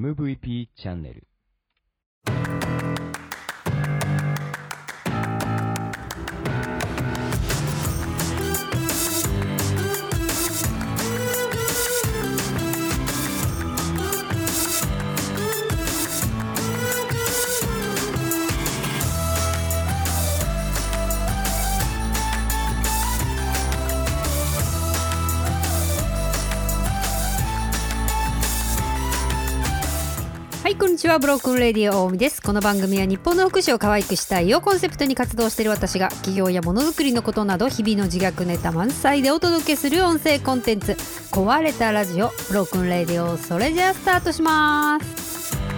MVP チャンネル。 はい、こんにちは。ブロークンレディオ大海です。この番組は日本の福祉を可愛くしたいをコンセプトに活動している私が企業やものづくりのことなど日々の自虐ネタ満載でお届けする音声コンテンツ、壊れたラジオブロークンレディオ。それじゃあスタートします。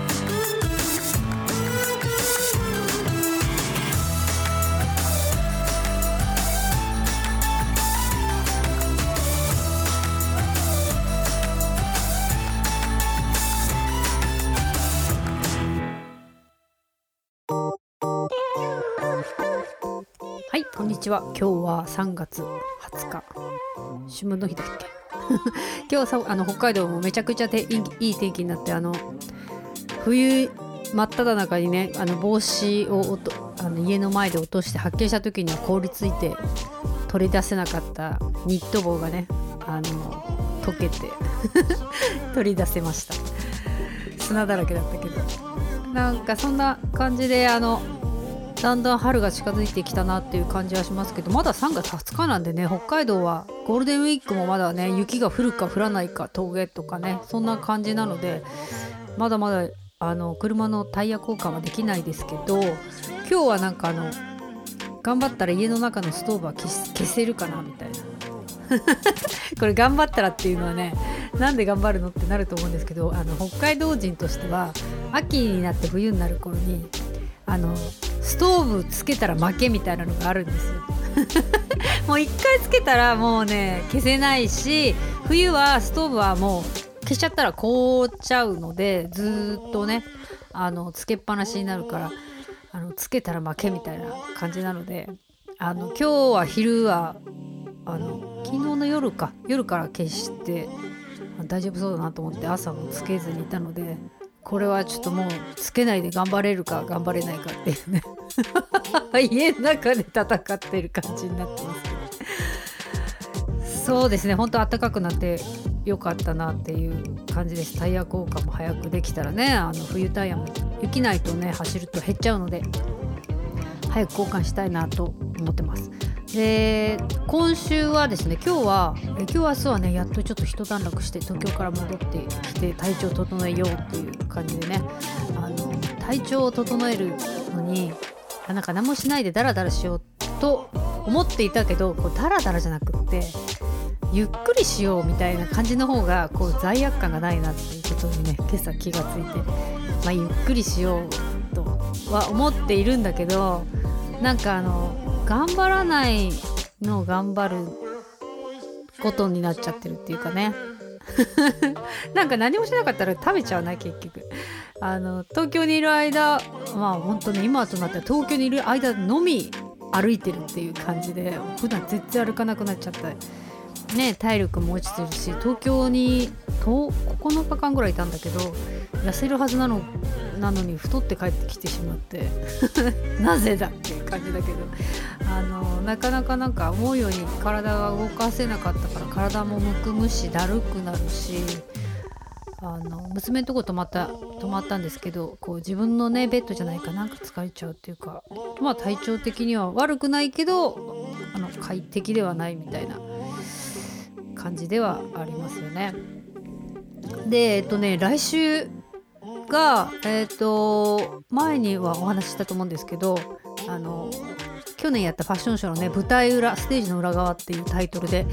はい、こんにちは。今日は3月20日春分の日だっけ今日さ北海道もめちゃくちゃいい天気になって、冬真っ只中にね、帽子を家の前で落として発見した時には凍りついて取り出せなかったニット帽がね、溶けて取り出せました。砂だらけだったけど、なんかそんな感じでだんだん春が近づいてきたなっていう感じはしますけど、まだ3月20日なんでね、北海道はゴールデンウィークもまだね、雪が降るか降らないか峠とかね、そんな感じなのでまだまだ車のタイヤ交換はできないですけど、今日はなんか頑張ったら家の中のストーブは消せるかなみたいなこれ頑張ったらっていうのはね、なんで頑張るのってなると思うんですけど、北海道人としては秋になって冬になる頃にストーブつけたら負けみたいなのがあるんですよもう一回つけたらもうね消せないし、冬はストーブはもう消しちゃったら凍っちゃうので、ずっとねつけっぱなしになるからつけたら負けみたいな感じなので、今日は昼は昨日の夜から消して大丈夫そうだなと思って朝もつけずにいたので、これはちょっともうつけないで頑張れるか頑張れないかっていうね家の中で戦ってる感じになってますけど、そうですね、本当暖かくなってよかったなっていう感じです。タイヤ交換も早くできたらね、冬タイヤも雪ないとね走ると減っちゃうので早く交換したいなと思ってます。で、今週はですね、今日明日はねやっとちょっと一段落して東京から戻ってきて体調を整えようっていう感じでね、体調を整えるのになんか何もしないでダラダラしようと思っていたけど、こうダラダラじゃなくってゆっくりしようみたいな感じの方がこう罪悪感がないなっていうことにね今朝気がついて、ゆっくりしようとは思っているんだけど、なんか頑張らないのを頑張ることになっちゃってるっていうかねなんか何もしなかったら食べちゃうな結局。東京にいる間、本当に今となっては東京にいる間のみ歩いてるっていう感じで、普段全然歩かなくなっちゃったね、体力も落ちてるし、東京に9日間ぐらいいたんだけど痩せるはずなのに太って帰ってきてしまってなぜだっていう感じだけど、なかなかなんか思うように体が動かせなかったから体もむくむしだるくなるし、娘のとこ泊まったんですけど、こう自分のねベッドじゃないかなんか疲れちゃうっていうか、体調的には悪くないけど快適ではないみたいな感じではありますよね。で来週が前にはお話ししたと思うんですけど、去年やったファッションショーのね舞台裏ステージの裏側っていうタイトルで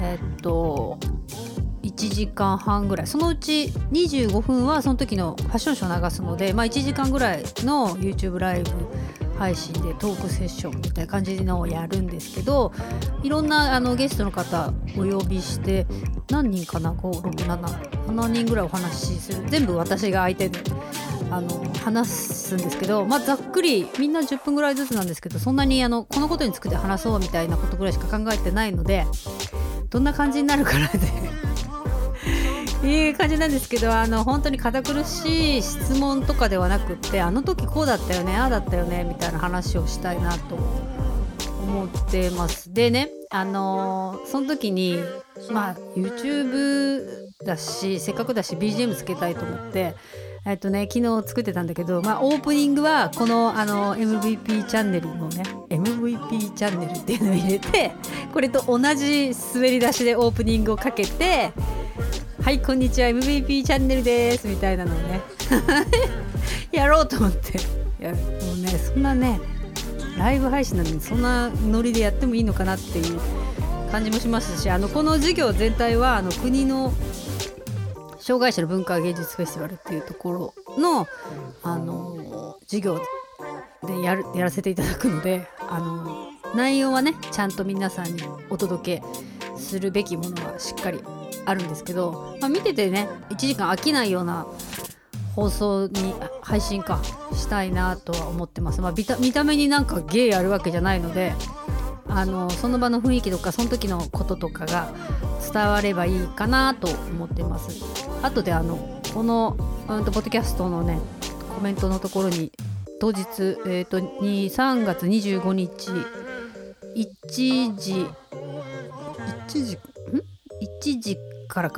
1時間半ぐらい、そのうち25分はその時のファッションショー流すので、1時間ぐらいの YouTube ライブ配信でトークセッションみたいな感じのをやるんですけど、いろんなゲストの方お呼びして何人かな、7人ぐらいお話しする、全部私が相手で話すんですけど、ざっくりみんな10分ぐらいずつなんですけど、そんなにこのことについて話そうみたいなことぐらいしか考えてないので、どんな感じになるかなっていう感じなんですけど、本当に堅苦しい質問とかではなくって、あの時こうだったよね、ああだったよねみたいな話をしたいなと思ってます。でね、その時にYouTube だし、せっかくだし BGM つけたいと思って昨日作ってたんだけど、オープニングはこのMVP チャンネルのね MVP チャンネルっていうのを入れて、これと同じ滑り出しでオープニングをかけて、はいこんにちは MVP チャンネルですみたいなのをねやろうと思って、もうねそんなねライブ配信なのにそんなノリでやってもいいのかなっていう感じもしますし、この授業全体は国の障害者の文化芸術フェスティバルっていうところの、授業でやらせていただくので、内容はねちゃんと皆さんにお届けするべきものはしっかりあるんですけど、見ててね1時間飽きないような放送に配信したいなとは思ってます。見た目になんか芸あるわけじゃないので、その場の雰囲気とかその時のこととかが伝わればいいかなと思ってます。あとでこのポッドキャストのねコメントのところに当日3月25日1時から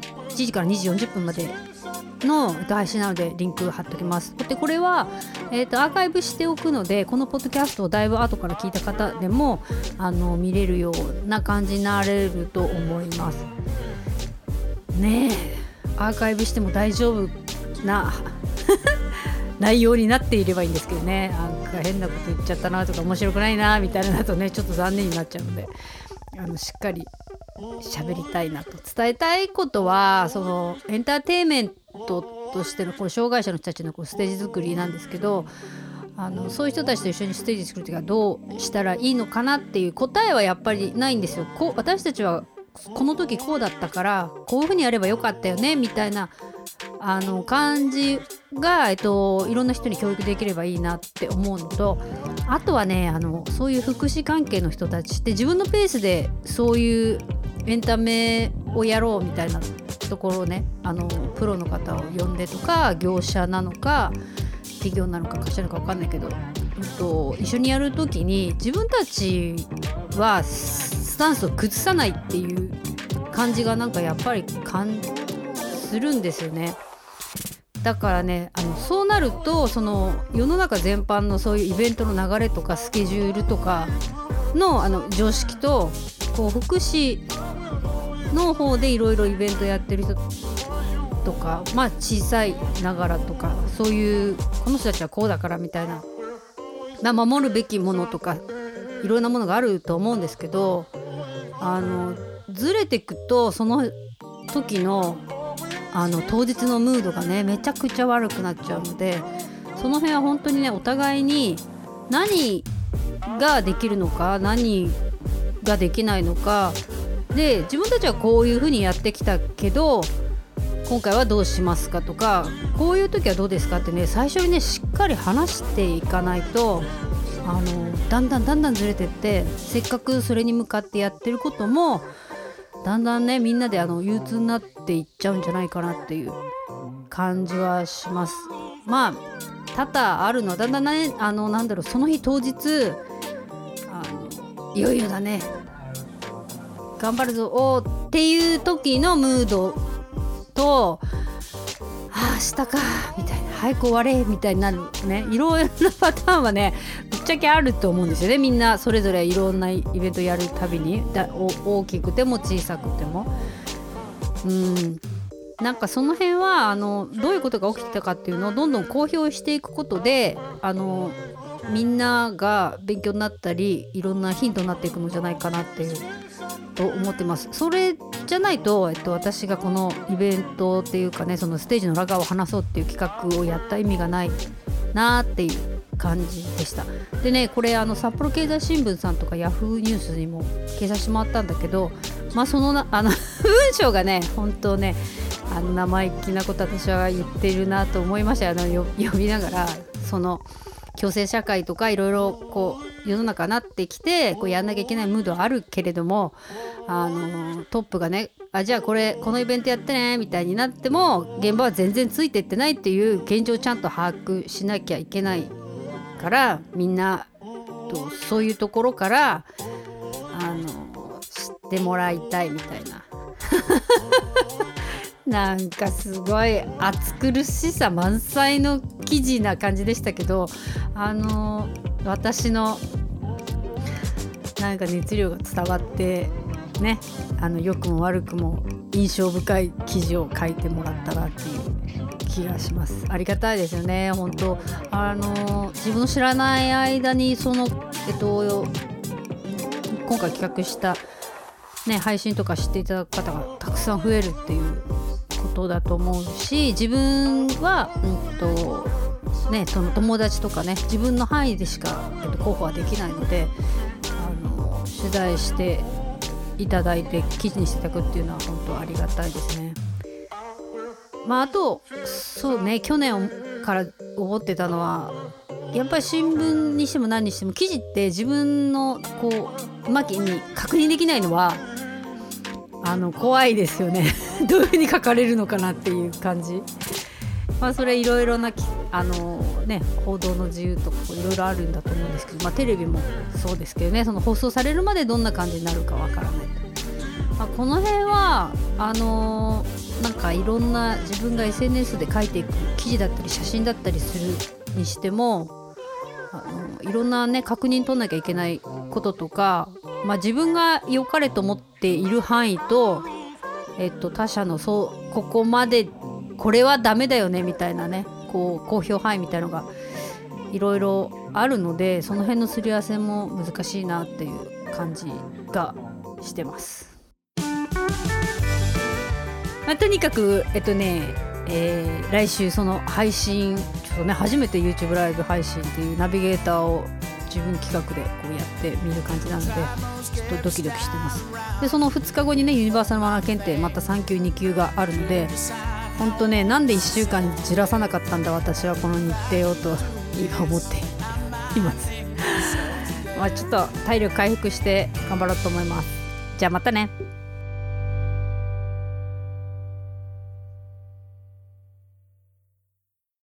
2時40分までの配信なのでリンク貼っときます。でこれは、アーカイブしておくので、このポッドキャストをだいぶ後から聞いた方でも見れるような感じになれると思いますね。アーカイブしても大丈夫な内容になっていればいいんですけどね、なんか変なこと言っちゃったなとか面白くないなみたいなだとねちょっと残念になっちゃうので、しっかり喋りたいなと。伝えたいことはそのエンターテインメントとしてのこの障害者の人たちのステージ作りなんですけど、そういう人たちと一緒にステージ作るときはどうしたらいいのかなっていう答えはやっぱりないんですよ。私たちはこの時こうだったからこういうふうにやればよかったよねみたいな感じが、いろんな人に教育できればいいなって思うのと、あとはねそういう福祉関係の人たちって自分のペースでそういうエンタメをやろうみたいなところをねプロの方を呼んでとか、業者なのか企業なのか会社なのか分かんないけど、一緒にやるときに自分たちはスタンスを崩さないっていう感じがなんかやっぱりするんですよね。だからねそうなるとその世の中全般のそういうイベントの流れとかスケジュールとかの常識と福祉の方でいろいろイベントやってる人とか、小さいながらとかそういうこの人たちはこうだからみたいな、守るべきものとかいろんなものがあると思うんですけど、ずれていくとその時の当日のムードがねめちゃくちゃ悪くなっちゃうので、その辺は本当にねお互いに何ができるのか何ができないのかで、自分たちはこういう風にやってきたけど今回はどうしますかとか、こういう時はどうですかってね最初にねしっかり話していかないとだんだんずれてって、せっかくそれに向かってやってることもだんだんねみんなで憂鬱になっていっちゃうんじゃないかなっていう感じはします。多々あるのはだんだんねその日当日いよいよだね頑張るぞっていう時のムードと明日かみたいな早く終われみたいになるね、いろんなパターンはねぶっちゃけあると思うんですよね。みんなそれぞれいろんなイベントやるたびに大きくても小さくてもなんかその辺はどういうことが起きてたかっていうのをどんどん公表していくことでみんなが勉強になったりいろんなヒントになっていくのじゃないかなっていうと思ってます。それじゃないと、私がこのイベントっていうかねそのステージの裏側を話そうっていう企画をやった意味がないなっていう感じでした。でねこれ札幌経済新聞さんとかヤフーニュースにも掲載してもらったんだけど、その文章がね本当ね生意気なこと私は言ってるなと思いました。読みながらその共生社会とかいろいろこう世の中になってきてこうやんなきゃいけないムードはあるけれども、トップがねじゃあこのイベントやってねみたいになっても現場は全然ついてってないっていう現状をちゃんと把握しなきゃいけないから、みんなそういうところから知ってもらいたいみたいななんかすごい暑苦しさ満載の記事な感じでしたけど、私のなんか熱量が伝わってね、良くも悪くも印象深い記事を書いてもらったなっていう気がします。ありがたいですよね本当。自分の知らない間にその今回企画したね配信とか知っていただく方がたくさん増えるっていうことだと思うし、自分はその友達とかね自分の範囲でしか、候補はできないので取材していただいて記事にしていただくっていうのは本当ありがたいですね。あとそうね、去年から思ってたのはやっぱり新聞にしても何にしても記事って自分のこううまくに確認できないのは怖いですよねどういうふうに書かれるのかなっていう感じ。それいろいろな報道の自由とかいろいろあるんだと思うんですけど、テレビもそうですけどね、その放送されるまでどんな感じになるかわからないと、この辺はなんかいろんな自分が SNS で書いていく記事だったり写真だったりするにしてもいろんなね確認取んなきゃいけないこととか、自分が良かれと思っている範囲と、他者のここまでこれはダメだよねみたいなねこう公表範囲みたいなのがいろいろあるので、その辺のすり合わせも難しいなっていう感じがしてます。とにかく来週その配信ちょっとね初めて YouTube ライブ配信っていうナビゲーターを自分企画でこうやってみる感じなのでちょっとドキドキしてます。でその2日後にねユニバーサルマナー検定また3級2級があるので、本当ねなんで1週間じらさなかったんだ私はこの日程をと今思っていますちょっと体力回復して頑張ろうと思います。じゃあまたね。